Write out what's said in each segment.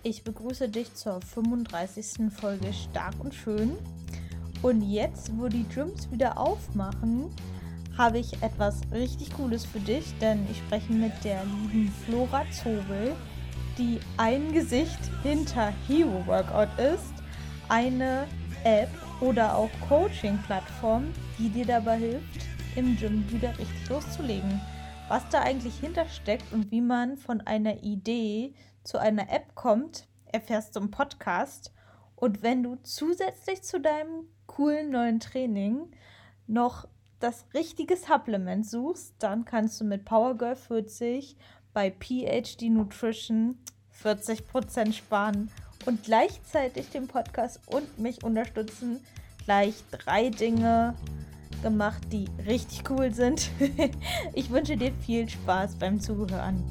Ich begrüße dich zur 35. Folge Stark und Schön. Und jetzt, wo die Gyms wieder aufmachen, habe ich etwas richtig Cooles für dich, denn ich spreche mit der lieben Flora Zobel, die ein Gesicht hinter Hero Workout ist, eine App oder auch Coaching-Plattform, die dir dabei hilft, im Gym wieder richtig loszulegen. Was da eigentlich hintersteckt und wie man von einer Idee zu einer App kommt, erfährst du im Podcast. Und wenn du zusätzlich zu deinem coolen neuen Training noch das richtige Supplement suchst, dann kannst du mit PowerGirl 40 bei PhD Nutrition 40% sparen und gleichzeitig den Podcast und mich unterstützen. Gleich 3 Dinge gemacht, die richtig cool sind. Ich wünsche dir viel Spaß beim Zuhören.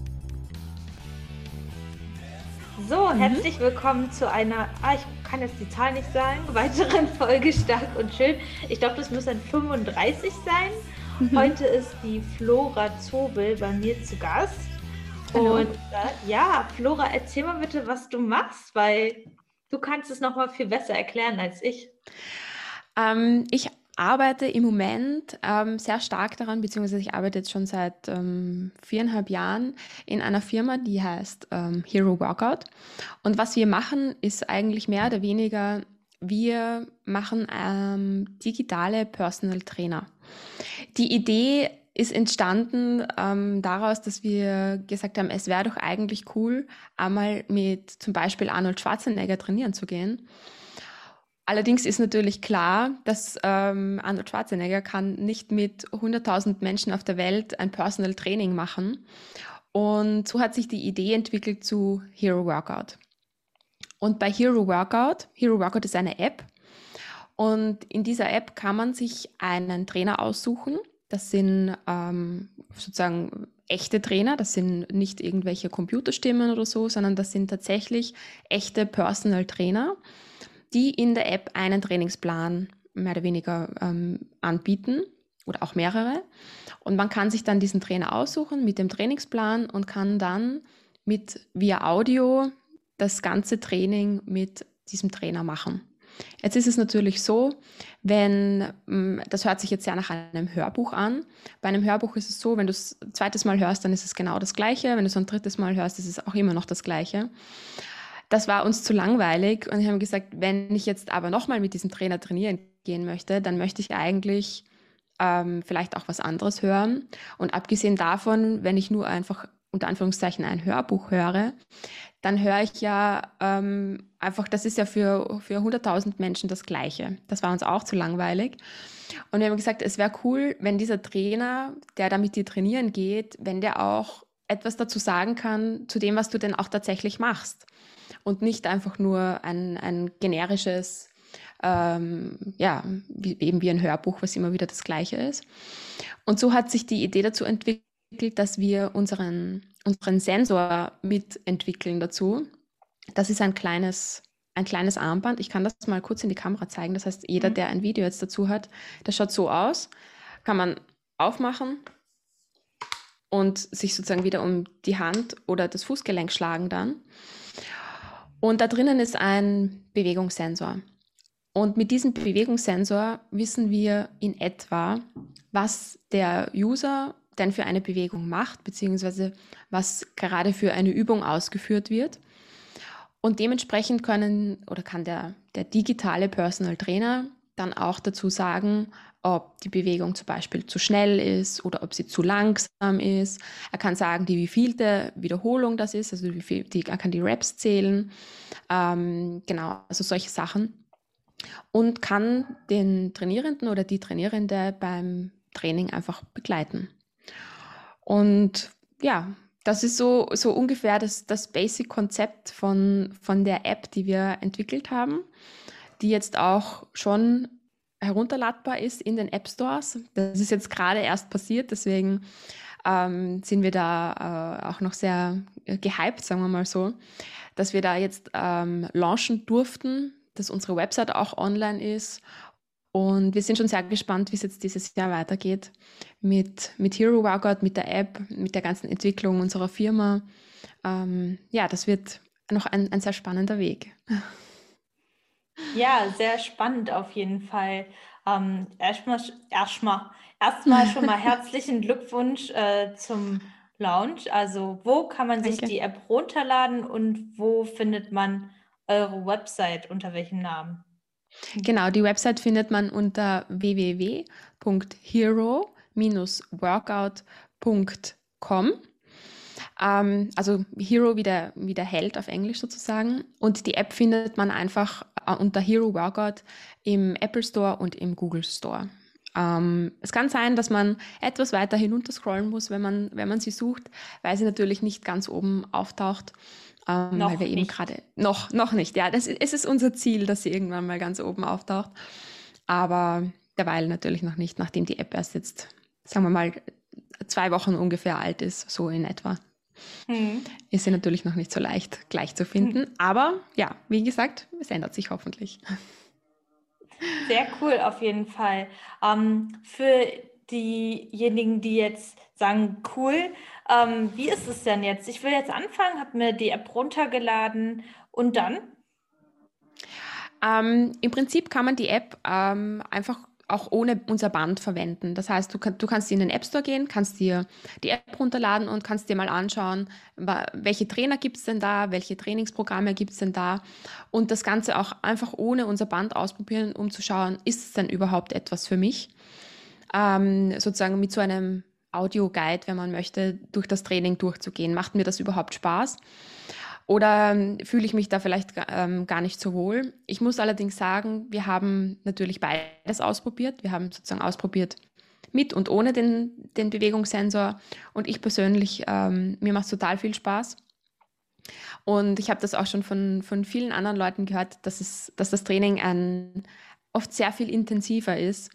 So, herzlich willkommen zu einer, ich kann jetzt die Zahl nicht sagen, weiteren Folge Stark und Schön. Ich glaube, das muss dann 35 sein. Heute ist die Flora Zobel bei mir zu Gast. Hallo. Und ja, Flora, erzähl mal bitte, was du machst, weil du kannst es noch mal viel besser erklären als ich. Ich arbeite im Moment sehr stark daran, beziehungsweise ich arbeite jetzt schon seit 4,5 Jahren in einer Firma, die heißt Hero Workout. Und was wir machen, ist eigentlich mehr oder weniger, wir machen digitale Personal Trainer. Die Idee ist entstanden daraus, dass wir gesagt haben, es wäre doch eigentlich cool, einmal mit zum Beispiel Arnold Schwarzenegger trainieren zu gehen. Allerdings ist natürlich klar, dass Arnold Schwarzenegger kann nicht mit 100.000 Menschen auf der Welt ein Personal Training machen. Und so hat sich die Idee entwickelt zu Hero Workout. Und bei Hero Workout ist eine App. Und in dieser App kann man sich einen Trainer aussuchen. Das sind sozusagen echte Trainer, das sind nicht irgendwelche Computerstimmen oder so, sondern das sind tatsächlich echte Personal Trainer, die in der App einen Trainingsplan mehr oder weniger anbieten oder auch mehrere. Und man kann sich dann diesen Trainer aussuchen mit dem Trainingsplan und kann dann via Audio das ganze Training mit diesem Trainer machen. Jetzt ist es natürlich so, das hört sich jetzt sehr nach einem Hörbuch an. Bei einem Hörbuch ist es so, wenn du es ein zweites Mal hörst, dann ist es genau das Gleiche. Wenn du es ein drittes Mal hörst, ist es auch immer noch das Gleiche. Das war uns zu langweilig und wir haben gesagt, wenn ich jetzt aber nochmal mit diesem Trainer trainieren gehen möchte, dann möchte ich eigentlich vielleicht auch was anderes hören. Und abgesehen davon, wenn ich nur einfach unter Anführungszeichen ein Hörbuch höre, dann höre ich ja einfach, das ist ja für 100.000 Menschen das Gleiche. Das war uns auch zu langweilig. Und wir haben gesagt, es wäre cool, wenn dieser Trainer, der da mit dir trainieren geht, wenn der auch etwas dazu sagen kann, zu dem, was du denn auch tatsächlich machst. Und nicht einfach nur ein generisches, eben wie ein Hörbuch, was immer wieder das Gleiche ist. Und so hat sich die Idee dazu entwickelt, dass wir unseren Sensor mitentwickeln dazu. Das ist ein kleines Armband. Ich kann das mal kurz in die Kamera zeigen. Das heißt, jeder, der ein Video jetzt dazu hat, das schaut so aus. Kann man aufmachen und sich sozusagen wieder um die Hand oder das Fußgelenk schlagen dann. Und da drinnen ist ein Bewegungssensor. Und mit diesem Bewegungssensor wissen wir in etwa, was der User denn für eine Bewegung macht, beziehungsweise was gerade für eine Übung ausgeführt wird. Und dementsprechend kann der digitale Personal Trainer dann auch dazu sagen, ob die Bewegung zum Beispiel zu schnell ist oder ob sie zu langsam ist. Er kann sagen, die wievielte Wiederholung das ist, also er kann die Reps zählen, genau, also solche Sachen. Und kann den Trainierenden oder die Trainierende beim Training einfach begleiten. Und ja, das ist so ungefähr das Basic-Konzept von der App, die wir entwickelt haben, die jetzt auch schon herunterladbar ist in den App Stores. Das ist jetzt gerade erst passiert, deswegen sind wir da auch noch sehr gehypt, sagen wir mal so, dass wir da jetzt launchen durften, dass unsere Website auch online ist. Und wir sind schon sehr gespannt, wie es jetzt dieses Jahr weitergeht mit Hero Workout, mit der App, mit der ganzen Entwicklung unserer Firma. Das wird noch ein sehr spannender Weg. Ja, sehr spannend auf jeden Fall. Erstmal schon mal herzlichen Glückwunsch zum Launch. Also, wo kann man sich Danke. die App runterladen und wo findet man eure Website? Unter welchem Namen? Genau, die Website findet man unter www.hero-workout.com. Also Hero wie der Held auf Englisch sozusagen. Und die App findet man einfach unter Hero Workout im Apple Store und im Google Store. Es kann sein, dass man etwas weiter hinunter scrollen muss, wenn man sie sucht, weil sie natürlich nicht ganz oben auftaucht. Weil wir Noch eben nicht. gerade, noch nicht, ja, es ist unser Ziel, dass sie irgendwann mal ganz oben auftaucht. Aber derweil natürlich noch nicht, nachdem die App erst jetzt, sagen wir mal, 2 Wochen ungefähr alt ist, so in etwa. Hm. Ist sie natürlich noch nicht so leicht gleich zu finden. Aber ja, wie gesagt, es ändert sich hoffentlich. Sehr cool, auf jeden Fall. Für diejenigen, die jetzt sagen, cool, wie ist es denn jetzt? Ich will jetzt anfangen, habe mir die App runtergeladen und dann? Im Prinzip kann man die App einfach auch ohne unser Band verwenden. Das heißt, du kannst in den App Store gehen, kannst dir die App runterladen und kannst dir mal anschauen, welche Trainer gibt es denn da, welche Trainingsprogramme gibt es denn da und das Ganze auch einfach ohne unser Band ausprobieren, um zu schauen, ist es denn überhaupt etwas für mich? Sozusagen mit so einem Audio-Guide, wenn man möchte, durch das Training durchzugehen. Macht mir das überhaupt Spaß? Oder fühle ich mich da vielleicht gar nicht so wohl? Ich muss allerdings sagen, wir haben natürlich beides ausprobiert. Wir haben sozusagen ausprobiert mit und ohne den Bewegungssensor. Und ich persönlich, mir macht es total viel Spaß. Und ich habe das auch schon von vielen anderen Leuten gehört, dass das Training oft sehr viel intensiver ist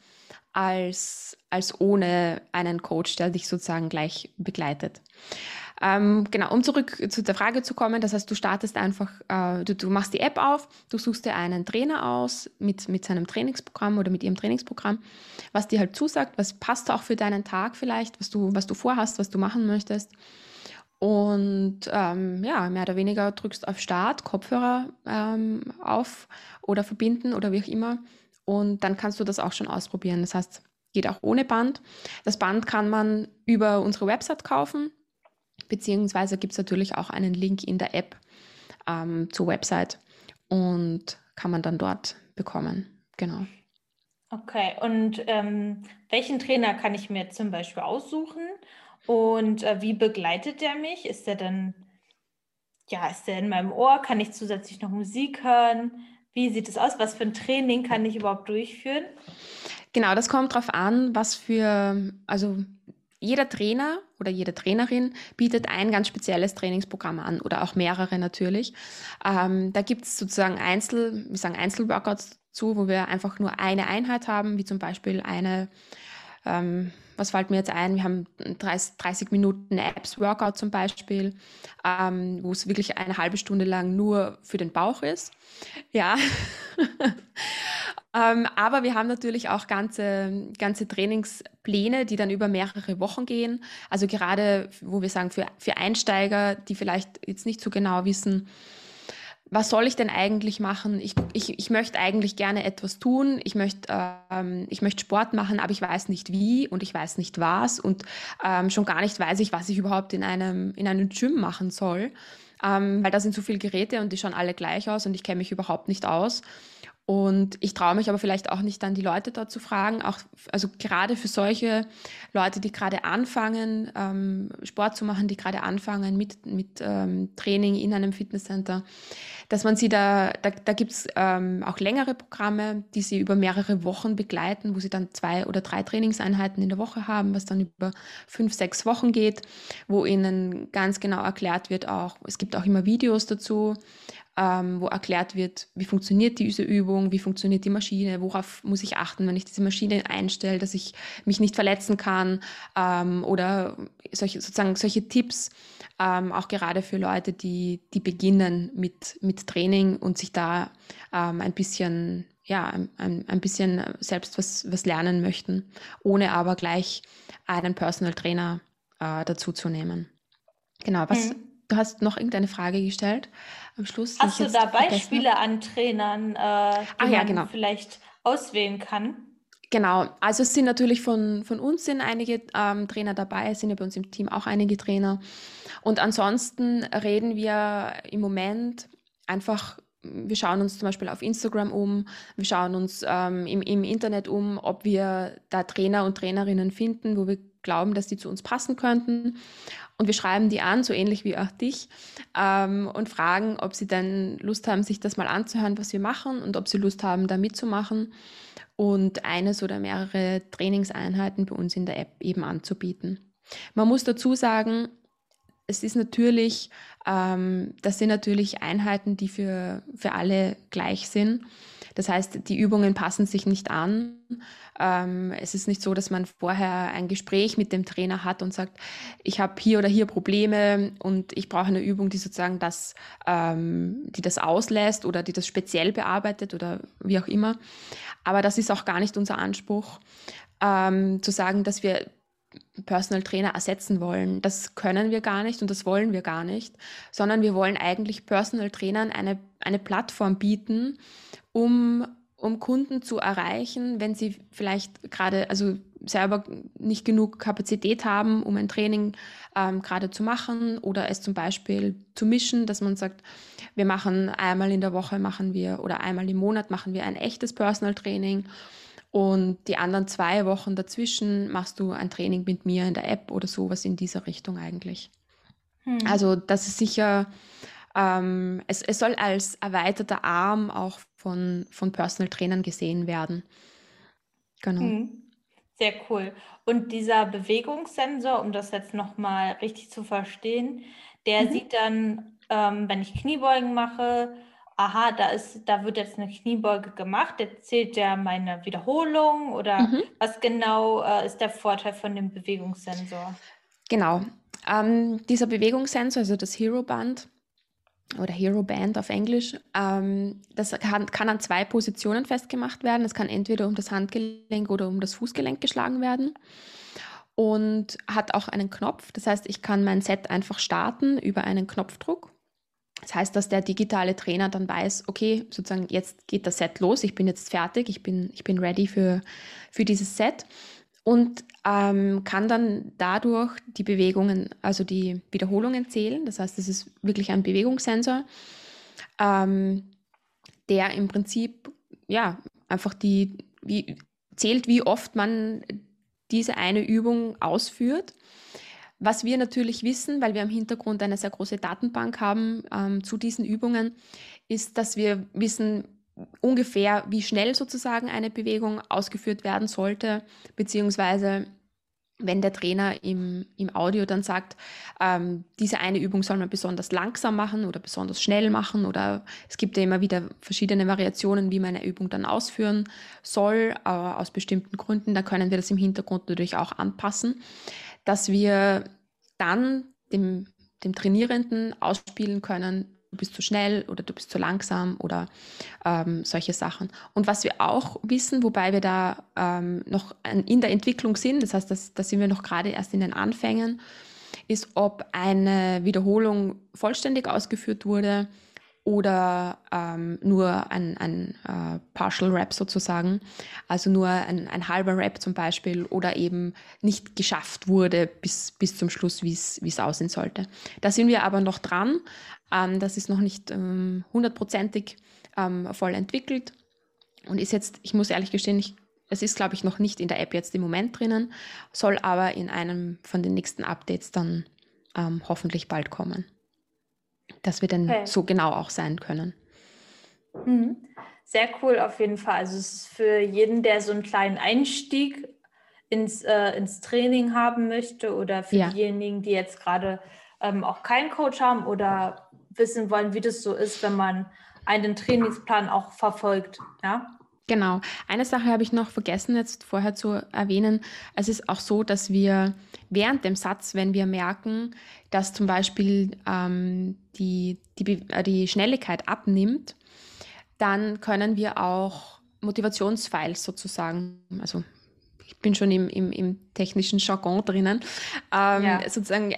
als ohne einen Coach, der dich sozusagen gleich begleitet. Genau, um zurück zu der Frage zu kommen, das heißt, du startest einfach, du machst die App auf, du suchst dir einen Trainer aus mit seinem Trainingsprogramm oder mit ihrem Trainingsprogramm, was dir halt zusagt, was passt auch für deinen Tag vielleicht, was du vorhast, was du machen möchtest. Und ja, mehr oder weniger drückst auf Start, Kopfhörer auf oder verbinden oder wie auch immer. Und dann kannst du das auch schon ausprobieren. Das heißt, geht auch ohne Band. Das Band kann man über unsere Website kaufen, beziehungsweise gibt es natürlich auch einen Link in der App zur Website und kann man dann dort bekommen. Genau. Okay, und welchen Trainer kann ich mir zum Beispiel aussuchen? Und wie begleitet der mich? Ist der in meinem Ohr? Kann ich zusätzlich noch Musik hören? Wie sieht es aus? Was für ein Training kann ich überhaupt durchführen? Genau, das kommt darauf an, also jeder Trainer oder jede Trainerin bietet ein ganz spezielles Trainingsprogramm an oder auch mehrere natürlich. Da gibt es sozusagen wir sagen Einzelworkouts zu, wo wir einfach nur eine Einheit haben, wie zum Beispiel was fällt mir jetzt ein? Wir haben 30 Minuten Abs-Workout zum Beispiel, wo es wirklich eine halbe Stunde lang nur für den Bauch ist. Ja. Aber wir haben natürlich auch ganze Trainingspläne, die dann über mehrere Wochen gehen. Also gerade, wo wir sagen, für Einsteiger, die vielleicht jetzt nicht so genau wissen, was soll ich denn eigentlich machen? Ich möchte eigentlich gerne etwas tun. Ich möchte Sport machen, aber ich weiß nicht wie und ich weiß nicht was und schon gar nicht weiß ich, was ich überhaupt in einem Gym machen soll. Weil da sind so viele Geräte und die schauen alle gleich aus und ich kenne mich überhaupt nicht aus. Und ich traue mich aber vielleicht auch nicht dann die Leute dort zu fragen, auch, also gerade für solche Leute, die gerade anfangen, Sport zu machen, die gerade anfangen mit Training in einem Fitnesscenter, dass man da gibt es auch längere Programme, die sie über mehrere Wochen begleiten, wo sie dann 2 oder 3 Trainingseinheiten in der Woche haben, was dann über 5, 6 Wochen geht, wo ihnen ganz genau erklärt wird auch, es gibt auch immer Videos dazu, wo erklärt wird, wie funktioniert diese Übung, wie funktioniert die Maschine, worauf muss ich achten, wenn ich diese Maschine einstelle, dass ich mich nicht verletzen kann, oder solche Tipps, auch gerade für Leute, die beginnen mit Training und sich da ein bisschen, ja, ein bisschen selbst was lernen möchten, ohne aber gleich einen Personal Trainer dazu zu nehmen. Genau, Hm. du hast noch irgendeine Frage gestellt am Schluss, die ich Hast du jetzt da vergessen habe. Beispiele an Trainern, die Ach ja, man genau. vielleicht auswählen kann? Genau, also es sind natürlich von uns sind einige Trainer dabei, es sind ja bei uns im Team auch einige Trainer. Und ansonsten reden wir im Moment einfach, wir schauen uns zum Beispiel auf Instagram um, wir schauen uns im Internet um, ob wir da Trainer und Trainerinnen finden, wo wir glauben, dass die zu uns passen könnten. Und wir schreiben die an, so ähnlich wie auch dich, und fragen, ob sie denn Lust haben, sich das mal anzuhören, was wir machen und ob sie Lust haben, da mitzumachen und eines oder mehrere Trainingseinheiten bei uns in der App eben anzubieten. Man muss dazu sagen, es ist natürlich, das sind natürlich Einheiten, die für alle gleich sind. Das heißt, die Übungen passen sich nicht an. Es ist nicht so, dass man vorher ein Gespräch mit dem Trainer hat und sagt, ich habe hier oder hier Probleme und ich brauche eine Übung, die sozusagen die das auslässt oder die das speziell bearbeitet oder wie auch immer. Aber das ist auch gar nicht unser Anspruch, zu sagen, dass wir Personal Trainer ersetzen wollen. Das können wir gar nicht und das wollen wir gar nicht, sondern wir wollen eigentlich Personal Trainern eine Plattform bieten, um Kunden zu erreichen, wenn sie vielleicht gerade also selber nicht genug Kapazität haben, um ein Training gerade zu machen oder es zum Beispiel zu mischen, dass man sagt, wir machen einmal in der Woche machen wir oder einmal im Monat machen wir ein echtes Personal Training und die anderen 2 Wochen dazwischen machst du ein Training mit mir in der App oder sowas in dieser Richtung eigentlich. Hm. Also das ist sicher, es soll als erweiterter Arm auch von Personal Trainern gesehen werden. Genau. Hm. Sehr cool. Und dieser Bewegungssensor, um das jetzt nochmal richtig zu verstehen, der Mhm. sieht dann, wenn ich Kniebeugen mache, aha, da wird jetzt eine Kniebeuge gemacht, jetzt zählt der meine Wiederholung oder Mhm. was genau, ist der Vorteil von dem Bewegungssensor? Genau. Dieser Bewegungssensor, also das Hero Band oder Hero Band auf Englisch, das kann an 2 Positionen festgemacht werden. Es kann entweder um das Handgelenk oder um das Fußgelenk geschlagen werden und hat auch einen Knopf. Das heißt, ich kann mein Set einfach starten über einen Knopfdruck. Das heißt, dass der digitale Trainer dann weiß, okay, sozusagen jetzt geht das Set los, ich bin jetzt fertig, ich bin ready für dieses Set und kann dann dadurch die Bewegungen, also die Wiederholungen zählen. Das heißt, es ist wirklich ein Bewegungssensor, ähm, der im Prinzip ja einfach zählt, wie oft man diese eine Übung ausführt. Was wir natürlich wissen, weil wir im Hintergrund eine sehr große Datenbank haben zu diesen Übungen, ist, dass wir wissen ungefähr, wie schnell sozusagen eine Bewegung ausgeführt werden sollte, beziehungsweise wenn der Trainer im Audio dann sagt, diese eine Übung soll man besonders langsam machen oder besonders schnell machen oder es gibt ja immer wieder verschiedene Variationen, wie man eine Übung dann ausführen soll, aus bestimmten Gründen, dann können wir das im Hintergrund natürlich auch anpassen, dass wir dann dem Trainierenden ausspielen können, du bist zu schnell oder du bist zu langsam oder solche Sachen. Und was wir auch wissen, wobei wir da noch in der Entwicklung sind, das heißt, da sind wir noch gerade erst in den Anfängen, ist, ob eine Wiederholung vollständig ausgeführt wurde oder nur ein Partial Rap sozusagen, also nur ein halber Rap zum Beispiel oder eben nicht geschafft wurde bis zum Schluss, wie es aussehen sollte. Da sind wir aber noch dran. Das ist noch nicht hundertprozentig voll entwickelt und ist jetzt, ich muss ehrlich gestehen, es ist, glaube ich, noch nicht in der App jetzt im Moment drinnen, soll aber in einem von den nächsten Updates dann hoffentlich bald kommen, dass wir dann Okay. so genau auch sein können. Mhm. Sehr cool auf jeden Fall. Also es ist für jeden, der so einen kleinen Einstieg ins Training haben möchte oder für Ja, diejenigen, die jetzt gerade auch keinen Coach haben oder wissen wollen, wie das so ist, wenn man einen Trainingsplan auch verfolgt. Ja. genau. Eine Sache habe ich noch vergessen jetzt vorher zu erwähnen. Es ist auch so, dass wir während dem Satz, wenn wir merken, dass zum Beispiel die Schnelligkeit abnimmt, dann können wir auch Motivationsfiles sozusagen, also ich bin schon im technischen Jargon drinnen, Ja. sozusagen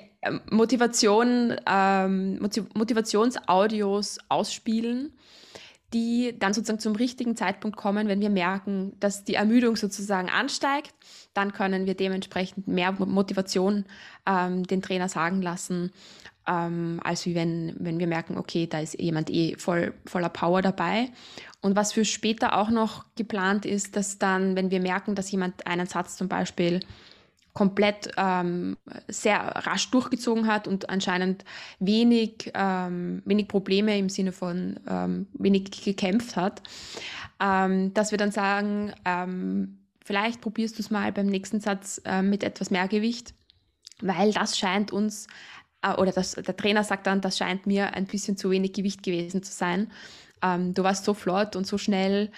Motivationsaudios ausspielen, die dann sozusagen zum richtigen Zeitpunkt kommen, wenn wir merken, dass die Ermüdung sozusagen ansteigt. Dann können wir dementsprechend mehr Motivation den Trainer sagen lassen, als wie wenn wir merken, okay, da ist jemand voller Power dabei. Und was für später auch noch geplant ist, dass dann, wenn wir merken, dass jemand einen Satz zum Beispiel komplett sehr rasch durchgezogen hat und anscheinend wenig Probleme im Sinne von wenig gekämpft hat, dass wir dann sagen, vielleicht probierst du es mal beim nächsten Satz mit etwas mehr Gewicht, weil das scheint uns, der Trainer sagt dann, das scheint mir ein bisschen zu wenig Gewicht gewesen zu sein. Du warst so flott und so schnell,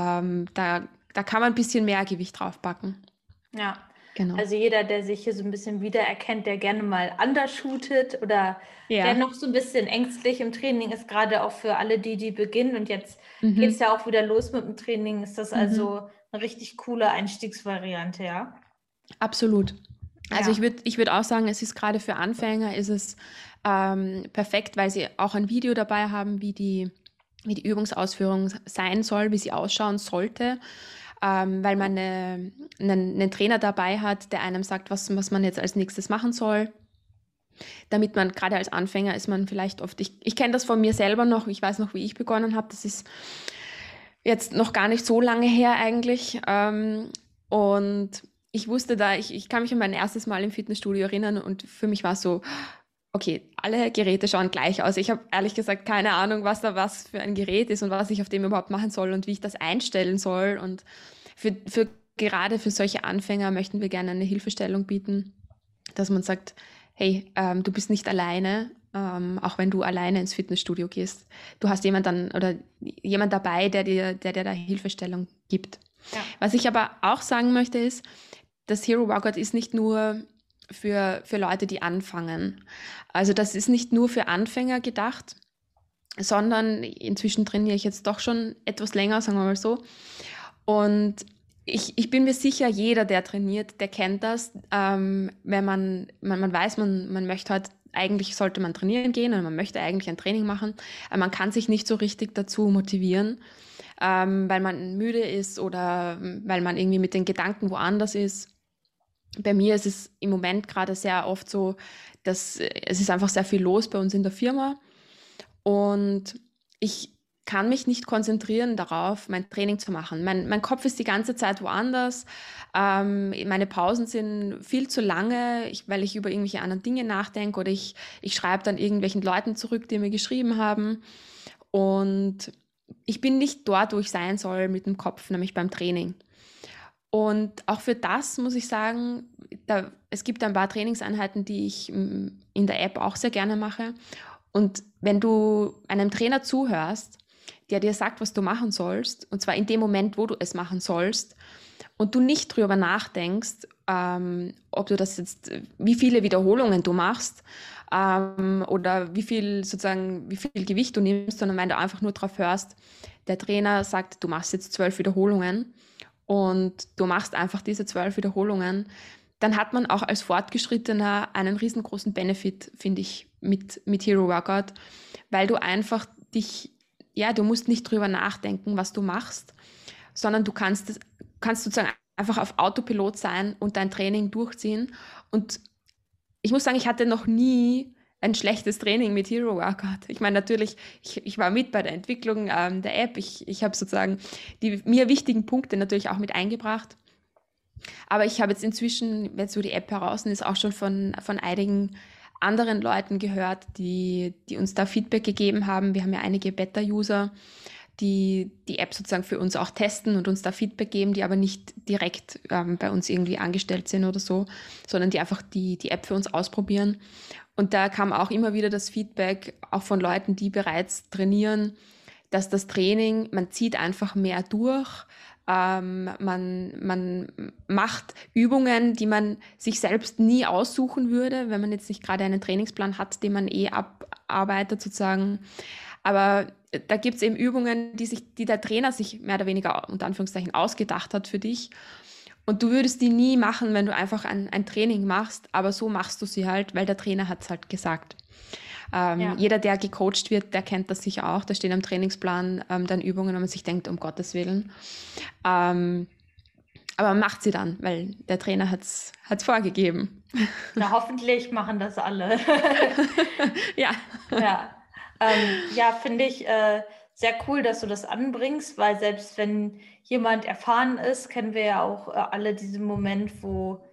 da kann man ein bisschen mehr Gewicht draufpacken. Ja, Genau. also jeder, der sich hier so ein bisschen wiedererkennt, der gerne mal undershootet oder der Ja. noch so ein bisschen ängstlich im Training ist, gerade auch für alle, die beginnen. Und jetzt geht es Mhm. ja auch wieder los mit dem Training. Ist das Mhm. also eine richtig coole Einstiegsvariante, ja? Absolut. Also Ja. ich würd auch sagen, es ist gerade für Anfänger ist es perfekt, weil sie auch ein Video dabei haben, wie die Übungsausführung sein soll, wie sie ausschauen sollte, weil man einen Trainer dabei hat, der einem sagt, was man jetzt als nächstes machen soll. Damit man, gerade als Anfänger, ist man vielleicht oft, ich kenne das von mir selber noch, ich weiß noch, wie ich begonnen habe, das ist jetzt noch gar nicht so lange her eigentlich. Und ich wusste ich kann mich an mein erstes Mal im Fitnessstudio erinnern und für mich war es so, okay, alle Geräte schauen gleich aus. Ich habe ehrlich gesagt keine Ahnung, was für ein Gerät ist und was ich auf dem überhaupt machen soll und wie ich das einstellen soll. Und gerade für solche Anfänger möchten wir gerne eine Hilfestellung bieten, dass man sagt, hey, du bist nicht alleine, auch wenn du alleine ins Fitnessstudio gehst. Du hast jemand dabei, der dir da Hilfestellung gibt. Ja. Was ich aber auch sagen möchte ist, das Hero Workout ist nicht nur für Leute, die anfangen. Also das ist nicht nur für Anfänger gedacht, sondern inzwischen trainiere ich jetzt doch schon etwas länger, sagen wir mal so. Und ich bin mir sicher, jeder, der trainiert, der kennt das, wenn man weiß, man möchte halt, eigentlich sollte man trainieren gehen und man möchte eigentlich ein Training machen, aber man kann sich nicht so richtig dazu motivieren, weil man müde ist oder weil man irgendwie mit den Gedanken woanders ist. Bei mir ist es im Moment gerade sehr oft so, dass es ist einfach sehr viel los bei uns in der Firma und ich kann mich nicht konzentrieren darauf, mein Training zu machen. Mein Kopf ist die ganze Zeit woanders. Meine Pausen sind viel zu lange, weil ich über irgendwelche anderen Dinge nachdenke oder ich schreibe dann irgendwelchen Leuten zurück, die mir geschrieben haben. Und ich bin nicht dort, wo ich sein soll mit dem Kopf, nämlich beim Training. Und auch für das muss ich sagen, es gibt ein paar Trainingseinheiten, die ich in der App auch sehr gerne mache. Und wenn du einem Trainer zuhörst, der dir sagt, was du machen sollst, und zwar in dem Moment, wo du es machen sollst, und du nicht drüber nachdenkst, ob du das jetzt, wie viele Wiederholungen du machst, oder wie viel Gewicht du nimmst, sondern wenn du einfach nur drauf hörst, der Trainer sagt, du machst jetzt 12 Wiederholungen und du machst einfach diese 12 Wiederholungen, dann hat man auch als Fortgeschrittener einen riesengroßen Benefit, finde ich, mit Hero Workout, weil du einfach du musst nicht drüber nachdenken, was du machst, sondern du kannst sozusagen einfach auf Autopilot sein und dein Training durchziehen. Und ich muss sagen, ich hatte noch nie ein schlechtes Training mit Hero Workout. Ich meine, natürlich, ich war mit bei der Entwicklung der App. Ich habe sozusagen die mir wichtigen Punkte natürlich auch mit eingebracht. Aber ich habe jetzt inzwischen, wenn so die App heraus ist, auch schon von einigen anderen Leuten gehört, die uns da Feedback gegeben haben. Wir haben ja einige Beta-User, die App sozusagen für uns auch testen und uns da Feedback geben, die aber nicht direkt bei uns irgendwie angestellt sind oder so, sondern die einfach die App für uns ausprobieren. Und da kam auch immer wieder das Feedback, auch von Leuten, die bereits trainieren, dass das Training, man zieht einfach mehr durch, man macht Übungen, die man sich selbst nie aussuchen würde, wenn man jetzt nicht gerade einen Trainingsplan hat, den man abarbeitet sozusagen. Aber da gibt es eben Übungen, die der Trainer sich mehr oder weniger unter Anführungszeichen ausgedacht hat für dich. Und du würdest die nie machen, wenn du einfach ein Training machst, aber so machst du sie halt, weil der Trainer hat es halt gesagt. Ja. Jeder, der gecoacht wird, der kennt das sicher auch. Da stehen am Trainingsplan dann Übungen, wo man sich denkt, um Gottes Willen. Ähm, aber man macht sie dann, weil der Trainer hat's vorgegeben. Na, hoffentlich machen das alle. Ja, Ja, ja, finde ich sehr cool, dass du das anbringst, weil selbst wenn jemand erfahren ist, kennen wir ja auch alle diesen Moment, wo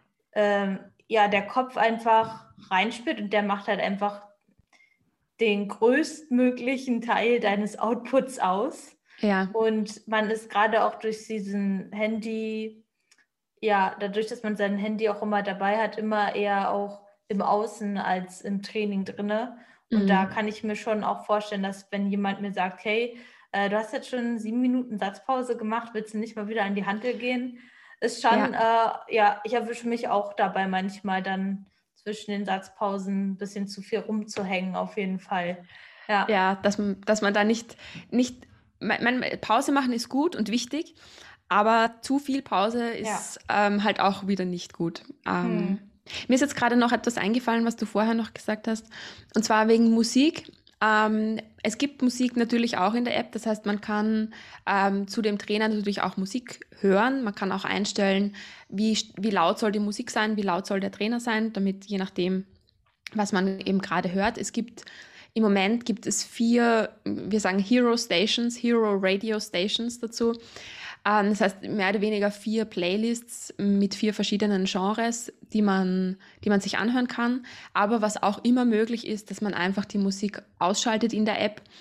ja der Kopf einfach reinspielt und der macht halt einfach den größtmöglichen Teil deines Outputs aus. ja, Und man ist gerade auch durch diesen Handy, ja, dadurch, dass man sein Handy auch immer dabei hat, immer eher auch im Außen als im Training drinne. Und da mhm. kann ich mir schon auch vorstellen, dass wenn jemand mir sagt, hey, du hast jetzt schon 7 Minuten Satzpause gemacht, willst du nicht mal wieder an die Hantel gehen? Ist schon, Ja, ja, ich erwische mich auch dabei manchmal dann zwischen den Satzpausen ein bisschen zu viel rumzuhängen, auf jeden Fall. Ja, ja, dass man da nicht, Pause machen ist gut und wichtig, aber zu viel Pause ja. ist halt auch wieder nicht gut. Hm. Mir ist jetzt gerade noch etwas eingefallen, was du vorher noch gesagt hast, und zwar wegen Musik. Es gibt Musik natürlich auch in der App, das heißt, man kann zu dem Trainer natürlich auch Musik hören. Man kann auch einstellen, wie laut soll die Musik sein, wie laut soll der Trainer sein, damit je nachdem, was man eben gerade hört. Im Moment gibt es 4, wir sagen Hero Stations, Hero Radio Stations dazu. Das heißt, mehr oder weniger 4 Playlists mit 4 verschiedenen Genres, die man sich anhören kann. Aber was auch immer möglich ist, dass man einfach die Musik ausschaltet in der App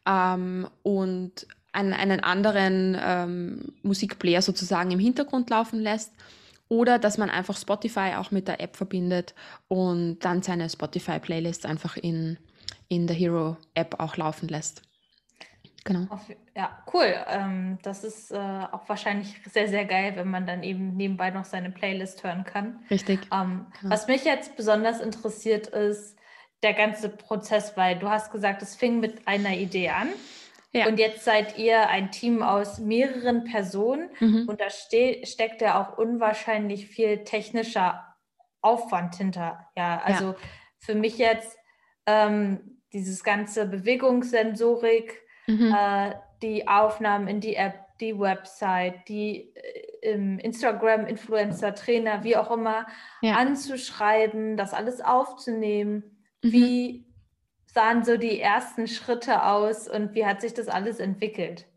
und einen anderen Musikplayer sozusagen im Hintergrund laufen lässt. Oder dass man einfach Spotify auch mit der App verbindet und dann seine Spotify-Playlists einfach in der Hero-App auch laufen lässt. Genau. Ja, cool. Das ist auch wahrscheinlich sehr, sehr geil, wenn man dann eben nebenbei noch seine Playlist hören kann. Richtig. Genau. Was mich jetzt besonders interessiert, ist der ganze Prozess, weil du hast gesagt, es fing mit einer Idee an. Ja. Und jetzt seid ihr ein Team aus mehreren Personen und da steckt ja auch unwahrscheinlich viel technischer Aufwand hinter. Ja, also Ja. für mich jetzt dieses ganze Bewegungssensorik, Mhm. die Aufnahmen in die App, die Website, die Instagram-Influencer, Trainer, wie auch immer, Ja. anzuschreiben, das alles aufzunehmen. Mhm. Wie sahen so die ersten Schritte aus und wie hat sich das alles entwickelt?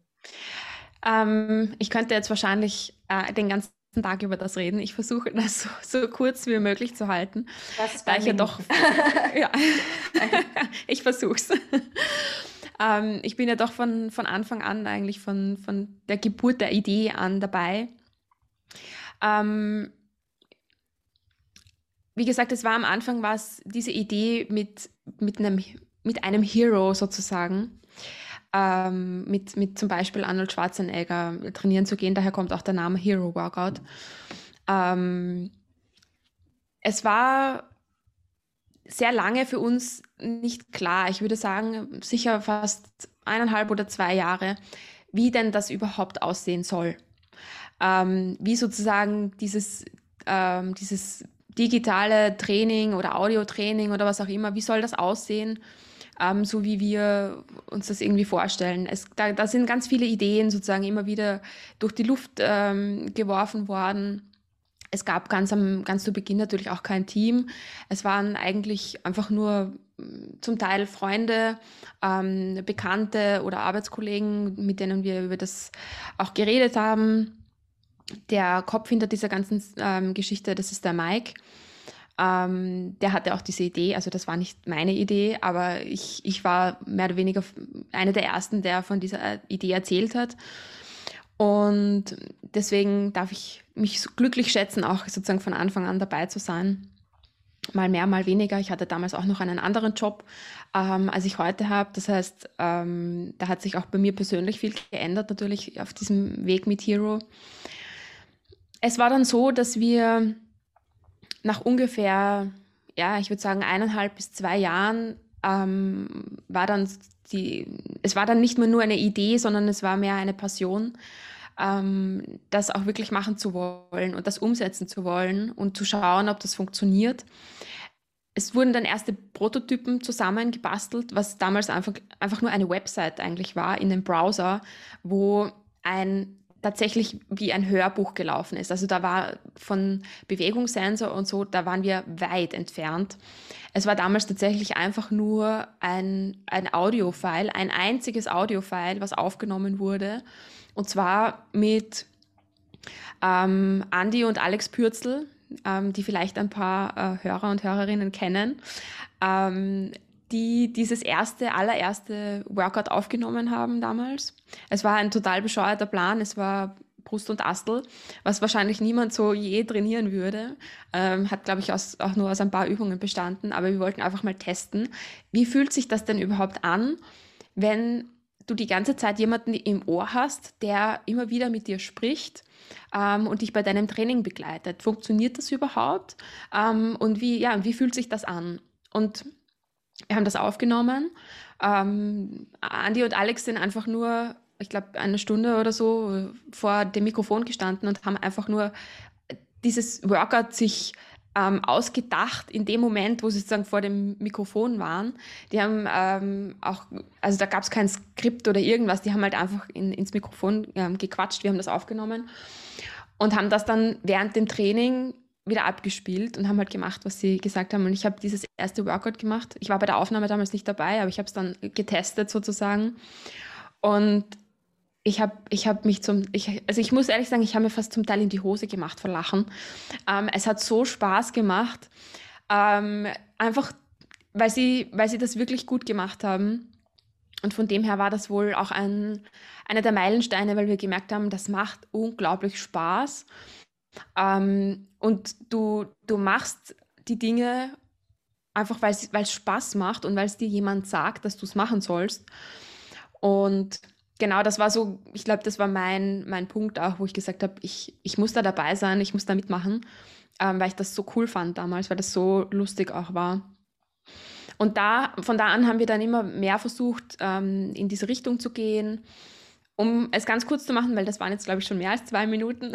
Ich könnte jetzt wahrscheinlich den ganzen Tag über das reden. Ich versuche das so kurz wie möglich zu halten, Das ist da 2 ich ja doch, Minuten. ja, ich versuch's. Ich bin ja doch von Anfang an eigentlich von der Geburt der Idee an dabei. Ähm, Wie gesagt, es war am Anfang was diese Idee mit einem Hero sozusagen, mit zum Beispiel Arnold Schwarzenegger trainieren zu gehen. Daher kommt auch der Name Hero Workout. Ähm, Es war sehr lange für uns nicht klar. Ich würde sagen, sicher fast 1,5 oder 2 Jahre, wie denn das überhaupt aussehen soll. Wie sozusagen dieses digitale Training oder Audiotraining oder was auch immer, wie soll das aussehen, so wie wir uns das irgendwie vorstellen. Da sind ganz viele Ideen sozusagen immer wieder durch die Luft geworfen worden. Es gab ganz zu Beginn natürlich auch kein Team. Es waren eigentlich einfach nur zum Teil Freunde, Bekannte oder Arbeitskollegen, mit denen wir über das auch geredet haben. Der Kopf hinter dieser ganzen Geschichte, das ist der Mike. Der hatte auch diese Idee, also das war nicht meine Idee, aber ich war mehr oder weniger eine der ersten, der von dieser Idee erzählt hat. Und deswegen darf ich mich so glücklich schätzen, auch sozusagen von Anfang an dabei zu sein. Mal mehr, mal weniger. Ich hatte damals auch noch einen anderen Job, als ich heute habe. Das heißt, da hat sich auch bei mir persönlich viel geändert, natürlich auf diesem Weg mit Hero. Es war dann so, dass wir nach ungefähr, ja, ich würde sagen 1,5 bis 2 Jahren, war dann es war dann nicht mehr nur eine Idee, sondern es war mehr eine Passion. das auch wirklich machen zu wollen und das umsetzen zu wollen und zu schauen, ob das funktioniert. Es wurden dann erste Prototypen zusammengebastelt, was damals einfach nur eine Website eigentlich war in dem Browser, wo tatsächlich wie ein Hörbuch gelaufen ist. Also da war von Bewegungssensor und so, da waren wir weit entfernt. Es war damals tatsächlich einfach nur ein Audiofile, ein einziges Audiofile, was aufgenommen wurde. Und zwar mit Andi und Alex Pürzel, die vielleicht ein paar Hörer und Hörerinnen kennen, die dieses allererste Workout aufgenommen haben damals. Es war ein total bescheuerter Plan. Es war Brust und Astel, was wahrscheinlich niemand so je trainieren würde. Hat, glaube ich, auch nur aus ein paar Übungen bestanden. Aber wir wollten einfach mal testen, wie fühlt sich das denn überhaupt an, wenn du die ganze Zeit jemanden im Ohr hast, der immer wieder mit dir spricht und dich bei deinem Training begleitet. Funktioniert das überhaupt? Und wie fühlt sich das an? Und wir haben das aufgenommen. Andi und Alex sind einfach nur, ich glaube, eine Stunde oder so vor dem Mikrofon gestanden und haben einfach nur dieses Workout sich ausgedacht in dem Moment, wo sie sozusagen vor dem Mikrofon waren. Die haben also da gab es kein Skript oder irgendwas, die haben halt einfach ins Mikrofon gequatscht, wir haben das aufgenommen und haben das dann während dem Training wieder abgespielt und haben halt gemacht, was sie gesagt haben. Und ich habe dieses erste Workout gemacht. Ich war bei der Aufnahme damals nicht dabei, aber ich habe es dann getestet sozusagen. Und ich muss ehrlich sagen, ich habe mir fast zum Teil in die Hose gemacht vor Lachen. Es hat so Spaß gemacht, einfach weil sie das wirklich gut gemacht haben. Und von dem her war das wohl auch einer der Meilensteine, weil wir gemerkt haben, das macht unglaublich Spaß. Und du machst die Dinge einfach, weil es Spaß macht und weil es dir jemand sagt, dass du es machen sollst. Und genau, das war so, ich glaube, das war mein Punkt auch, wo ich gesagt habe, ich muss da dabei sein, ich muss da mitmachen, weil ich das so cool fand damals, weil das so lustig auch war. Und von da an haben wir dann immer mehr versucht, in diese Richtung zu gehen. Um es ganz kurz zu machen, weil das waren jetzt, glaube ich, schon mehr als 2 Minuten.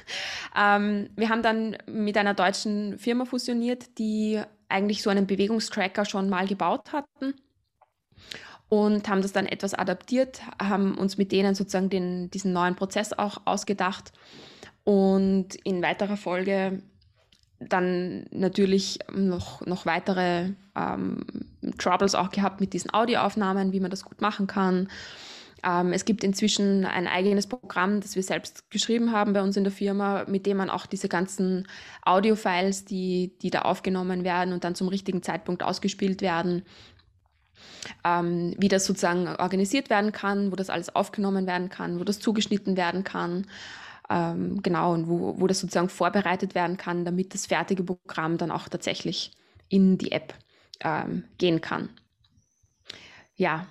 Wir haben dann mit einer deutschen Firma fusioniert, die eigentlich so einen Bewegungstracker schon mal gebaut hatten und haben das dann etwas adaptiert, haben uns mit denen sozusagen diesen neuen Prozess auch ausgedacht und in weiterer Folge dann natürlich noch weitere Troubles auch gehabt mit diesen Audioaufnahmen, wie man das gut machen kann. Es gibt inzwischen ein eigenes Programm, das wir selbst geschrieben haben bei uns in der Firma, mit dem man auch diese ganzen Audiofiles, die da aufgenommen werden und dann zum richtigen Zeitpunkt ausgespielt werden, wie das sozusagen organisiert werden kann, wo das alles aufgenommen werden kann, wo das zugeschnitten werden kann, genau, und wo das sozusagen vorbereitet werden kann, damit das fertige Programm dann auch tatsächlich in die App gehen kann. Ja,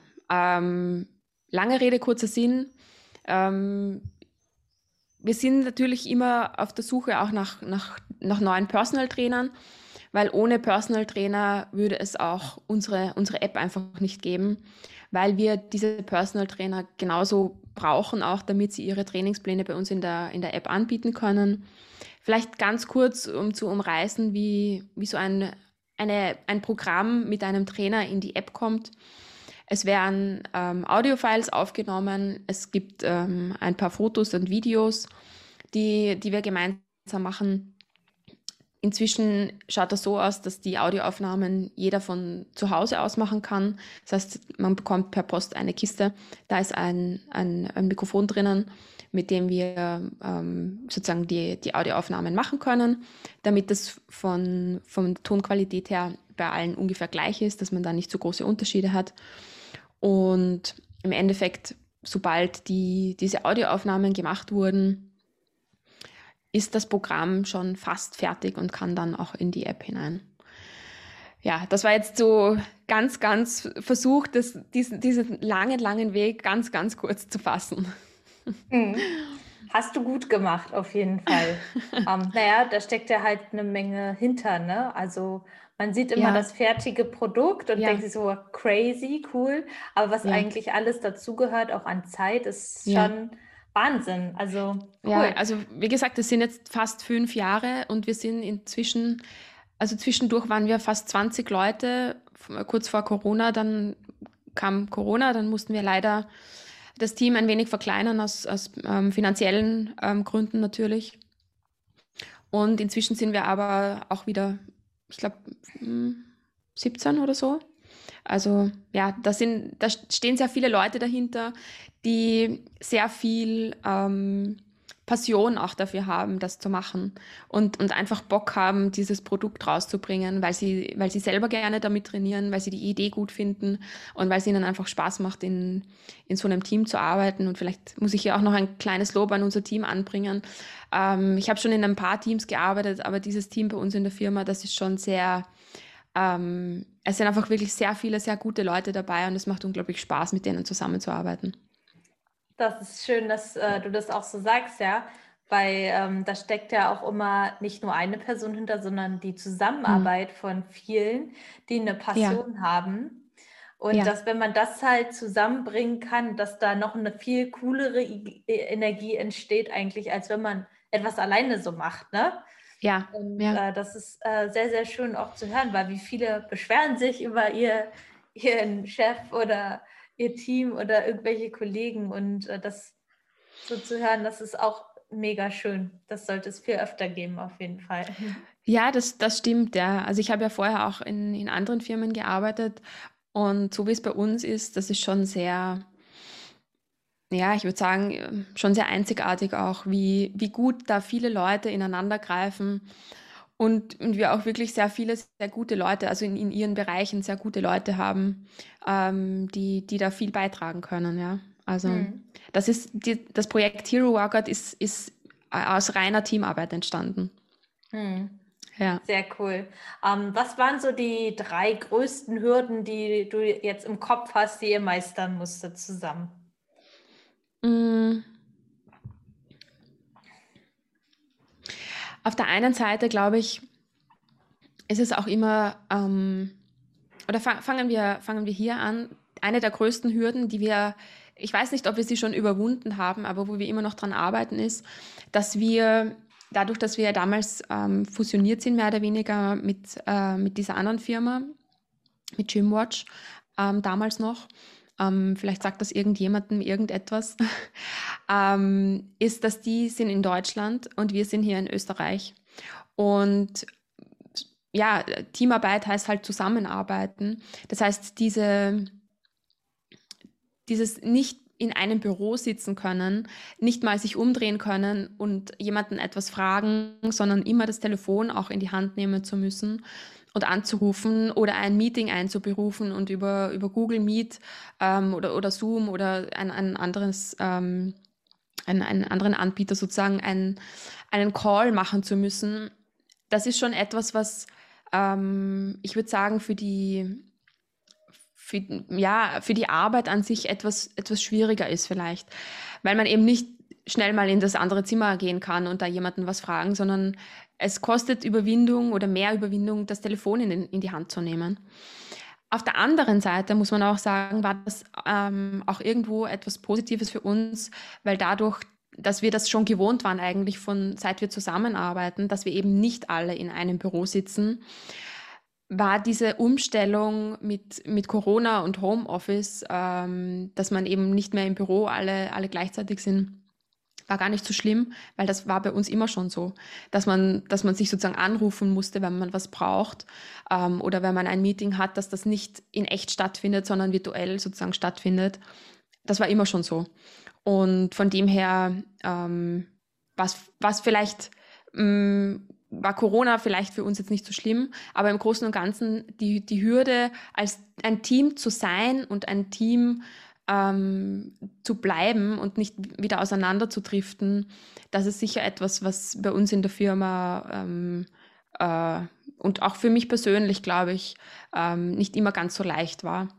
lange Rede, kurzer Sinn. Wir sind natürlich immer auf der Suche auch nach neuen Personal Trainern, weil ohne Personal Trainer würde es auch unsere App einfach nicht geben, weil wir diese Personal Trainer genauso brauchen, auch damit sie ihre Trainingspläne bei uns in der App anbieten können. Vielleicht ganz kurz, um zu umreißen, wie so ein Programm mit einem Trainer in die App kommt. Es werden Audiofiles aufgenommen, es gibt ein paar Fotos und Videos, die wir gemeinsam machen. Inzwischen schaut das so aus, dass die Audioaufnahmen jeder von zu Hause aus machen kann. Das heißt, man bekommt per Post eine Kiste, da ist ein Mikrofon drinnen, mit dem wir sozusagen die Audioaufnahmen machen können, damit das von Tonqualität her bei allen ungefähr gleich ist, dass man da nicht so große Unterschiede hat. Und im Endeffekt, sobald diese Audioaufnahmen gemacht wurden, ist das Programm schon fast fertig und kann dann auch in die App hinein. Ja, das war jetzt so ganz, ganz versucht, diesen langen Weg ganz, ganz kurz zu fassen. Hast du gut gemacht, auf jeden Fall. Da steckt ja halt eine Menge hinter, ne? Also man sieht immer das fertige Produkt und denkt sich so, crazy, cool. Aber was eigentlich alles dazugehört, auch an Zeit, ist schon Wahnsinn. Also Ja, cool. also wie gesagt, es sind jetzt fast 5 Jahre und wir sind inzwischen, also zwischendurch waren wir fast 20 Leute, kurz vor Corona, dann kam Corona, dann mussten wir leider das Team ein wenig verkleinern aus finanziellen Gründen natürlich. Und inzwischen sind wir aber auch wieder, ich glaube, 17 oder so. Also ja, da stehen sehr viele Leute dahinter, die sehr viel Passion auch dafür haben, das zu machen und einfach Bock haben, dieses Produkt rauszubringen, weil sie selber gerne damit trainieren, weil sie die Idee gut finden und weil es ihnen einfach Spaß macht, in so einem Team zu arbeiten. Und vielleicht muss ich hier auch noch ein kleines Lob an unser Team anbringen. Ich habe schon in ein paar Teams gearbeitet, aber dieses Team bei uns in der Firma, das ist schon sehr es sind einfach wirklich sehr viele, sehr gute Leute dabei und es macht unglaublich Spaß, mit denen zusammenzuarbeiten. Das ist schön, dass du das auch so sagst, ja, weil da steckt ja auch immer nicht nur eine Person hinter, sondern die Zusammenarbeit von vielen, die eine Ja, Passion haben. Und ja, dass, wenn man das halt zusammenbringen kann, dass da noch eine viel coolere Energie entsteht eigentlich, als wenn man etwas alleine so macht, ne? ja, Und ja. das ist sehr, sehr schön auch zu hören, weil wie viele beschweren sich über ihren Chef oder ihr Team oder irgendwelche Kollegen und das so zu hören, das ist auch mega schön. Das sollte es viel öfter geben, auf jeden Fall. Ja, das stimmt, ja. Also ich habe ja vorher auch in anderen Firmen gearbeitet und so wie es bei uns ist, das ist schon sehr, ja, ich würde sagen, schon sehr einzigartig auch, wie gut da viele Leute ineinander greifen und wir auch wirklich sehr viele, sehr gute Leute, also in ihren Bereichen sehr gute Leute haben, die da viel beitragen können, ja. Also Hm. das Projekt Hero Workout ist aus reiner Teamarbeit entstanden. Hm. Ja. Sehr cool. Was waren so die 3 größten Hürden, die du jetzt im Kopf hast, die ihr meistern musstet zusammen? Mm, Auf der einen Seite, glaube ich, ist es auch immer, oder fangen wir hier an. Eine der größten Hürden, ich weiß nicht, ob wir sie schon überwunden haben, aber wo wir immer noch dran arbeiten, ist, dass wir, dadurch, dass wir ja damals fusioniert sind, mehr oder weniger mit dieser anderen Firma, mit Gymwatch, damals noch, vielleicht sagt das irgendjemandem irgendetwas, ist, dass die sind in Deutschland und wir sind hier in Österreich. Und ja, Teamarbeit heißt halt zusammenarbeiten. Das heißt, dieses nicht in einem Büro sitzen können, nicht mal sich umdrehen können und jemanden etwas fragen, sondern immer das Telefon auch in die Hand nehmen zu müssen und anzurufen oder ein Meeting einzuberufen und über Google Meet oder Zoom oder ein anderes einen anderen Anbieter sozusagen einen Call machen zu müssen, das ist schon etwas, was ich würde sagen, für die Arbeit an sich etwas schwieriger ist vielleicht, weil man eben nicht schnell mal in das andere Zimmer gehen kann und da jemanden was fragen, sondern es kostet Überwindung oder mehr Überwindung, das Telefon in die Hand zu nehmen. Auf der anderen Seite muss man auch sagen, war das auch irgendwo etwas Positives für uns, weil dadurch, dass wir das schon gewohnt waren eigentlich seit wir zusammenarbeiten, dass wir eben nicht alle in einem Büro sitzen, war diese Umstellung mit Corona und Homeoffice, dass man eben nicht mehr im Büro alle gleichzeitig sind, war gar nicht so schlimm, weil das war bei uns immer schon so, dass man sich sozusagen anrufen musste, wenn man was braucht, oder wenn man ein Meeting hat, dass das nicht in echt stattfindet, sondern virtuell sozusagen stattfindet. Das war immer schon so. Und von dem her, was vielleicht, war Corona vielleicht für uns jetzt nicht so schlimm, aber im Großen und Ganzen die Hürde, als ein Team zu sein und ein Team zu bleiben und nicht wieder auseinanderzudriften, das ist sicher etwas, was bei uns in der Firma und auch für mich persönlich, glaube ich, nicht immer ganz so leicht war,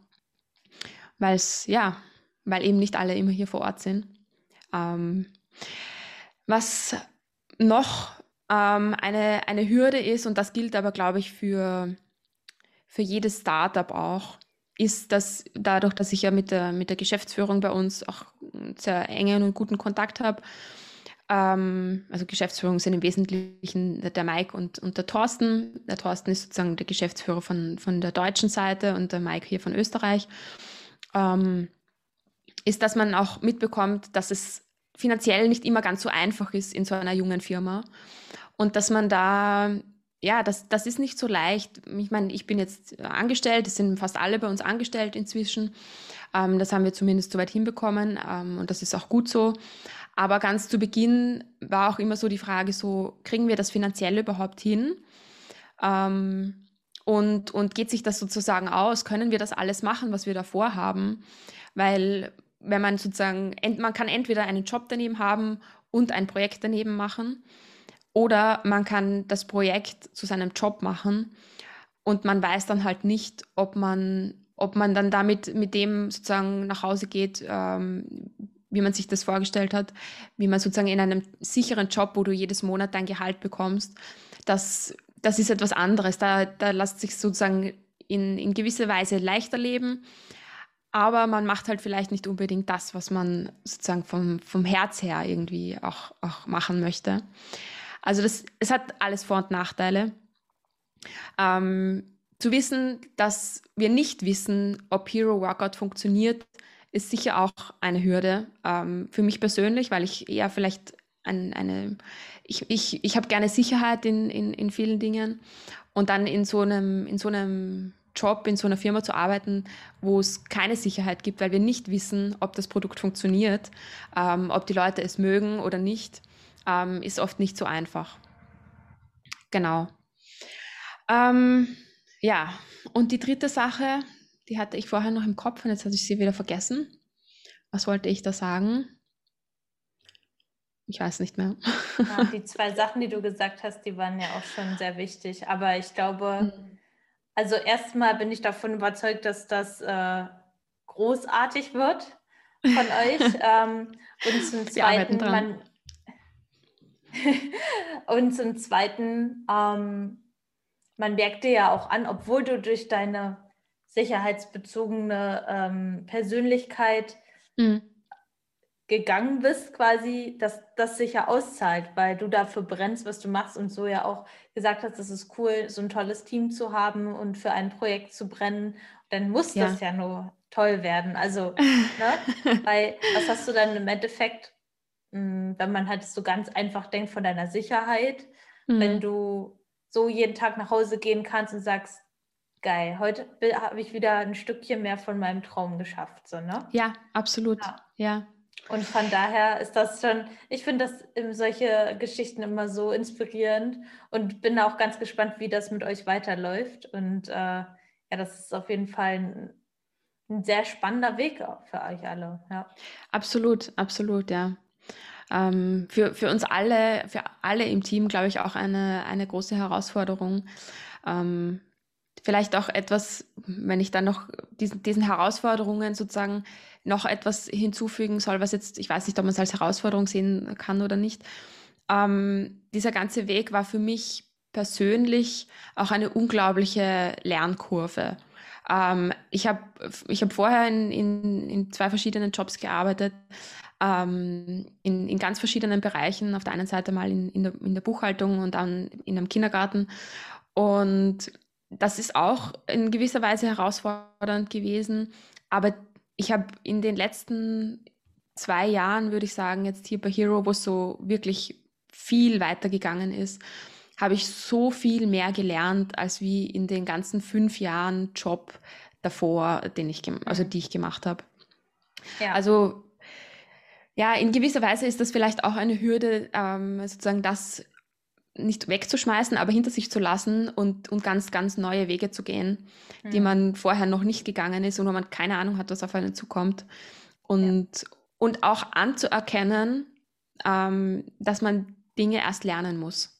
weil eben nicht alle immer hier vor Ort sind. Was noch eine Hürde ist, und das gilt aber, glaube ich, für jedes Startup auch, ist, dass dadurch, dass ich ja mit der Geschäftsführung bei uns auch einen sehr engen und guten Kontakt habe. Also Geschäftsführung sind im Wesentlichen der Mike und der Thorsten. Der Thorsten ist sozusagen der Geschäftsführer von der deutschen Seite und der Mike hier von Österreich. Ist, dass man auch mitbekommt, dass es finanziell nicht immer ganz so einfach ist in so einer jungen Firma und dass man da, ja, das ist nicht so leicht. Ich meine, ich bin jetzt angestellt, es sind fast alle bei uns angestellt inzwischen. Das haben wir zumindest soweit hinbekommen und das ist auch gut so. Aber ganz zu Beginn war auch immer so die Frage so, kriegen wir das finanziell überhaupt hin? Und geht sich das sozusagen aus? Können wir das alles machen, was wir davor haben? Weil wenn man sozusagen, man kann entweder einen Job daneben haben und ein Projekt daneben machen oder man kann das Projekt zu seinem Job machen und man weiß dann halt nicht, ob man dann damit mit dem sozusagen nach Hause geht, wie man sich das vorgestellt hat, wie man sozusagen in einem sicheren Job, wo du jedes Monat dein Gehalt bekommst, das ist etwas anderes. Da lässt sich sozusagen in gewisser Weise leichter leben, aber man macht halt vielleicht nicht unbedingt das, was man sozusagen vom Herz her irgendwie auch machen möchte. Also es hat alles Vor- und Nachteile. Zu wissen, dass wir nicht wissen, ob Hero Workout funktioniert, ist sicher auch eine Hürde. Für mich persönlich, weil ich eher vielleicht ich habe gerne Sicherheit in vielen Dingen und dann in so einem Job, in so einer Firma zu arbeiten, wo es keine Sicherheit gibt, weil wir nicht wissen, ob das Produkt funktioniert, ob die Leute es mögen oder nicht, ist oft nicht so einfach. Genau. Ja, und die dritte Sache, die hatte ich vorher noch im Kopf und jetzt hatte ich sie wieder vergessen. Was wollte ich da sagen? Ich weiß nicht mehr. Ja, die 2 Sachen, die du gesagt hast, die waren ja auch schon sehr wichtig. Aber ich glaube, also erstmal bin ich davon überzeugt, dass das großartig wird von euch. Und zum Wir arbeiten Zweiten, man merkt dir ja auch an, obwohl du durch deine sicherheitsbezogene Persönlichkeit gegangen bist, quasi, dass das sich ja auszahlt, weil du dafür brennst, was du machst und so ja auch gesagt hast, es ist cool, so ein tolles Team zu haben und für ein Projekt zu brennen. Dann muss das ja nur toll werden. Also, ne? Weil was hast du dann im Endeffekt, wenn man halt so ganz einfach denkt von deiner Sicherheit, wenn du so jeden Tag nach Hause gehen kannst und sagst, geil, heute habe ich wieder ein Stückchen mehr von meinem Traum geschafft, so, ne? Ja, absolut, ja. Und von daher ist das schon, ich finde das solche Geschichten immer so inspirierend und bin auch ganz gespannt, wie das mit euch weiterläuft. Und ja, das ist auf jeden Fall ein sehr spannender Weg für euch alle. Ja. Absolut, ja. Für uns alle, für alle im Team, glaube ich, auch eine große Herausforderung. Vielleicht auch etwas, wenn ich dann noch diesen Herausforderungen sozusagen noch etwas hinzufügen soll, was jetzt, ich weiß nicht, ob man es als Herausforderung sehen kann oder nicht. Dieser ganze Weg war für mich persönlich auch eine unglaubliche Lernkurve. Ich hab vorher in 2 verschiedenen Jobs gearbeitet, in ganz verschiedenen Bereichen. Auf der einen Seite mal in der Buchhaltung und dann in einem Kindergarten. Und das ist auch in gewisser Weise herausfordernd gewesen. Aber ich habe in den letzten 2 Jahren, würde ich sagen, jetzt hier bei Hero, wo es so wirklich viel weitergegangen ist, habe ich so viel mehr gelernt, als wie in den ganzen 5 Jahren Job davor, die ich gemacht habe. Ja. Also ja, in gewisser Weise ist das vielleicht auch eine Hürde, sozusagen das nicht wegzuschmeißen, aber hinter sich zu lassen und ganz, ganz neue Wege zu gehen, die man vorher noch nicht gegangen ist und wo man keine Ahnung hat, was auf einen zukommt. Und auch anzuerkennen, dass man Dinge erst lernen muss.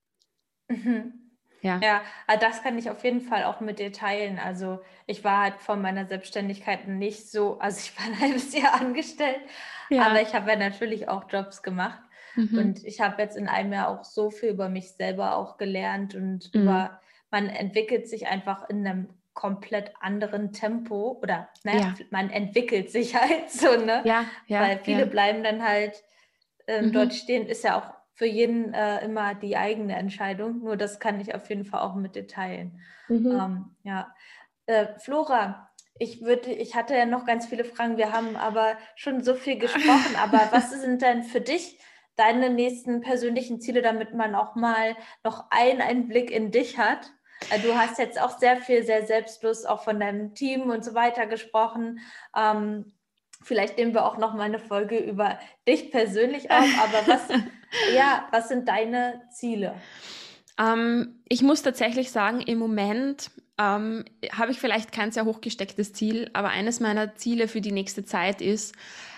Ja, das kann ich auf jeden Fall auch mit dir teilen. Also ich war halt von meiner Selbstständigkeit nicht so, also ich war ein halbes Jahr angestellt, aber ich habe ja natürlich auch Jobs gemacht. Und ich habe jetzt in einem Jahr auch so viel über mich selber auch gelernt und man entwickelt sich einfach in einem komplett anderen Tempo oder Ja, man entwickelt sich halt so, ne? ja, Weil ja, viele ja. bleiben dann halt dort Mhm. stehen, ist ja auch für jeden immer die eigene Entscheidung. Nur das kann ich auf jeden Fall auch mit dir teilen. Mhm. Ja. Flora, ich hatte ja noch ganz viele Fragen, wir haben aber schon so viel gesprochen, aber was sind denn für dich deine nächsten persönlichen Ziele, damit man auch mal noch einen Einblick in dich hat? Du hast jetzt auch sehr viel, sehr selbstlos auch von deinem Team und so weiter gesprochen. Vielleicht nehmen wir auch noch mal eine Folge über dich persönlich auf, aber was sind deine Ziele? Ich muss tatsächlich sagen, im Moment habe ich vielleicht kein sehr hochgestecktes Ziel, aber eines meiner Ziele für die nächste Zeit ist,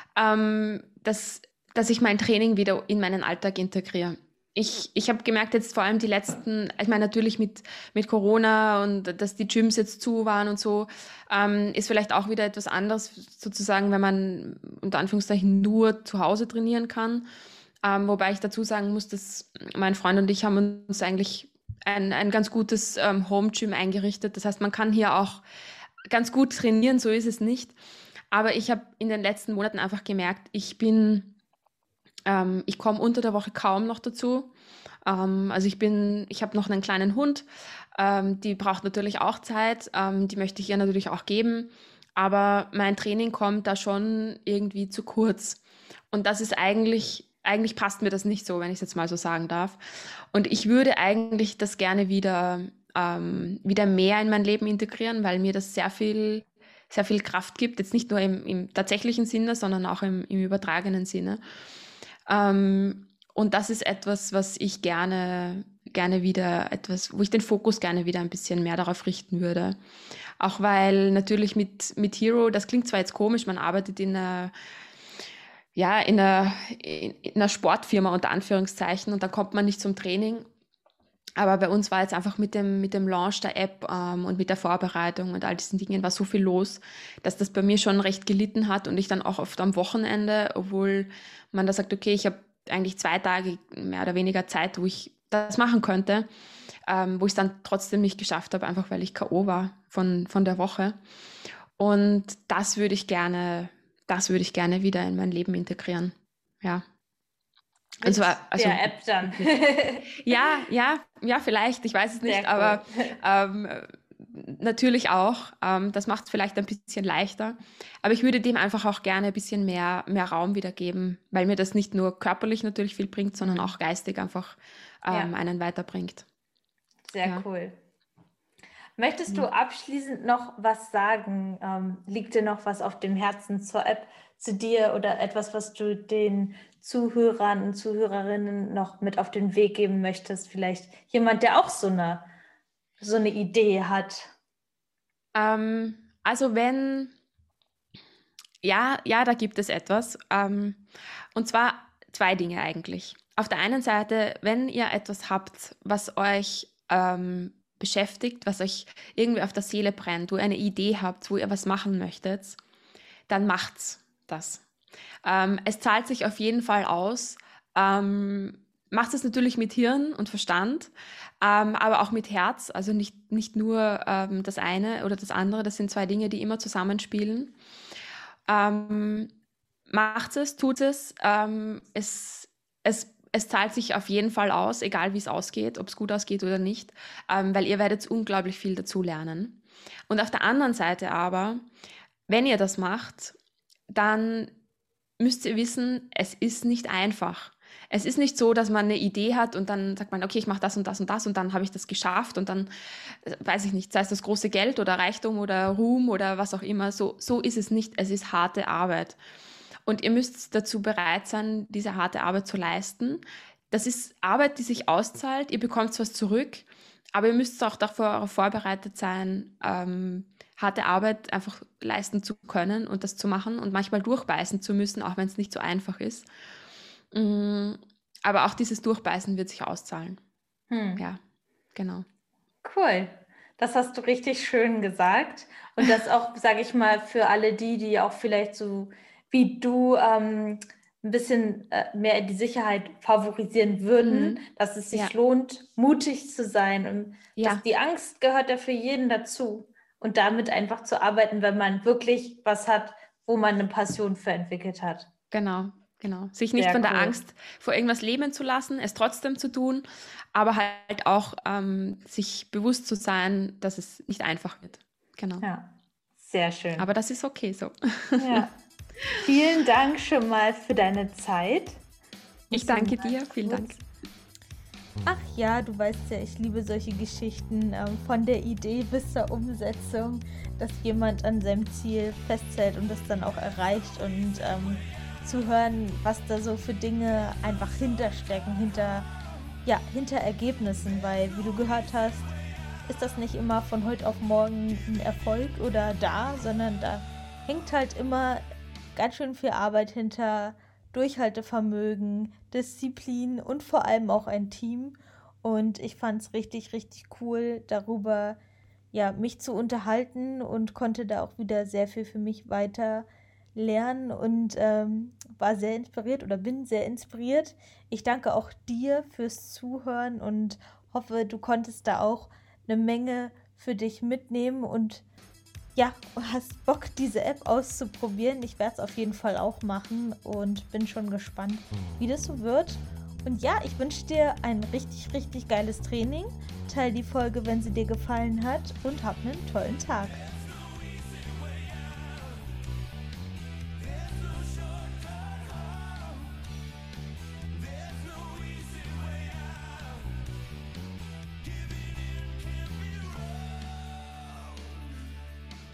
dass ich mein Training wieder in meinen Alltag integriere. Ich habe gemerkt, jetzt vor allem die letzten, ich meine natürlich mit Corona und dass die Gyms jetzt zu waren und so, ist vielleicht auch wieder etwas anderes, sozusagen, wenn man unter Anführungszeichen nur zu Hause trainieren kann. Wobei ich dazu sagen muss, dass mein Freund und ich haben uns eigentlich ein ganz gutes Home-Gym eingerichtet. Das heißt, man kann hier auch ganz gut trainieren, so ist es nicht. Aber ich habe in den letzten Monaten einfach gemerkt, ich komme unter der Woche kaum noch dazu. Also ich habe noch einen kleinen Hund, die braucht natürlich auch Zeit, die möchte ich ihr natürlich auch geben. Aber mein Training kommt da schon irgendwie zu kurz. Und das ist eigentlich passt mir das nicht so, wenn ich es jetzt mal so sagen darf. Und ich würde eigentlich das gerne wieder mehr in mein Leben integrieren, weil mir das sehr viel Kraft gibt. Jetzt nicht nur im tatsächlichen Sinne, sondern auch im übertragenen Sinne. Und das ist etwas, was ich gerne wieder wo ich den Fokus gerne wieder ein bisschen mehr darauf richten würde. Auch weil natürlich mit Hero, das klingt zwar jetzt komisch, man arbeitet ja, in einer Sportfirma unter Anführungszeichen und dann kommt man nicht zum Training. Aber bei uns war jetzt einfach mit dem Launch der App und mit der Vorbereitung und all diesen Dingen war so viel los, dass das bei mir schon recht gelitten hat und ich dann auch oft am Wochenende, obwohl man da sagt, okay, ich habe eigentlich 2 Tage mehr oder weniger Zeit, wo ich das machen könnte, wo ich es dann trotzdem nicht geschafft habe, einfach weil ich K.O. war von der Woche. Und das würde ich gerne wieder in mein Leben integrieren. Ja. Und Mit zwar, also der App dann. wirklich. Ja, vielleicht, ich weiß es nicht, Sehr aber cool. ähm, natürlich auch. Das macht es vielleicht ein bisschen leichter. Aber ich würde dem einfach auch gerne ein bisschen mehr Raum wieder geben, weil mir das nicht nur körperlich natürlich viel bringt, sondern auch geistig einfach Ja, einen weiterbringt. sehr Ja. cool. Möchtest du Genau. abschließend noch was sagen? Liegt dir noch was auf dem Herzen zur App, zu dir oder etwas, was du den Zuhörern und Zuhörerinnen noch mit auf den Weg geben möchtest? Vielleicht jemand, der auch so eine Idee hat. Also ja, da gibt es etwas. Und zwar 2 Dinge eigentlich. Auf der einen Seite, wenn ihr etwas habt, was euch beschäftigt, was euch irgendwie auf der Seele brennt, wo ihr eine Idee habt, wo ihr was machen möchtet, dann macht's das. Es zahlt sich auf jeden Fall aus. Macht es natürlich mit Hirn und Verstand, aber auch mit Herz. Also nicht nur das eine oder das andere. Das sind 2 Dinge, die immer zusammenspielen. Ähm, Macht es, tut es. Es zahlt sich auf jeden Fall aus, egal wie es ausgeht, ob es gut ausgeht oder nicht, weil ihr werdet unglaublich viel dazu lernen. Und auf der anderen Seite aber, wenn ihr das macht, dann müsst ihr wissen, es ist nicht einfach. Es ist nicht so, dass man eine Idee hat und dann sagt man, okay, ich mache das und das und das und dann habe ich das geschafft und dann weiß ich nicht, sei es das große Geld oder Reichtum oder Ruhm oder was auch immer. So ist es nicht. Es ist harte Arbeit. Und ihr müsst dazu bereit sein, diese harte Arbeit zu leisten. Das ist Arbeit, die sich auszahlt. Ihr bekommt was zurück, aber ihr müsst auch darauf vorbereitet sein, harte Arbeit einfach leisten zu können und das zu machen und manchmal durchbeißen zu müssen, auch wenn es nicht so einfach ist. Mm, Aber auch dieses Durchbeißen wird sich auszahlen. Hm. Ja, genau. Cool. Das hast du richtig schön gesagt. Und das auch, sage ich mal, für alle die auch vielleicht so wie du ein bisschen mehr die Sicherheit favorisieren würden, Mhm. dass es Ja, sich lohnt, mutig zu sein und dass ja, die Angst gehört ja für jeden dazu. und damit einfach zu arbeiten, wenn man wirklich was hat, wo man eine Passion für entwickelt hat. Genau. Sich nicht Sehr von der cool. Angst vor irgendwas lähmen zu lassen, es trotzdem zu tun, aber halt auch sich bewusst zu sein, dass es nicht einfach wird. Genau. Ja, sehr schön. Aber das ist okay so. Ja. Vielen Dank schon mal für deine Zeit. Ich danke dir, vielen Dank. Ach ja, du weißt ja, ich liebe solche Geschichten, von der Idee bis zur Umsetzung, dass jemand an seinem Ziel festhält und das dann auch erreicht und zu hören, was da so für Dinge einfach hinterstecken, hinter Ergebnissen, weil, wie du gehört hast, ist das nicht immer von heute auf morgen ein Erfolg oder sondern da hängt halt immer ganz schön viel Arbeit hinter, Durchhaltevermögen, Disziplin und vor allem auch ein Team. Und ich fand es richtig, richtig cool, darüber mich zu unterhalten und konnte da auch wieder sehr viel für mich weiter lernen und war sehr inspiriert oder bin sehr inspiriert. Ich danke auch dir fürs Zuhören und hoffe, du konntest da auch eine Menge für dich mitnehmen und hast Bock, diese App auszuprobieren. Ich werde es auf jeden Fall auch machen und bin schon gespannt, wie das so wird. Und ich wünsche dir ein richtig, richtig geiles Training. Teil die Folge, wenn sie dir gefallen hat und hab einen tollen Tag.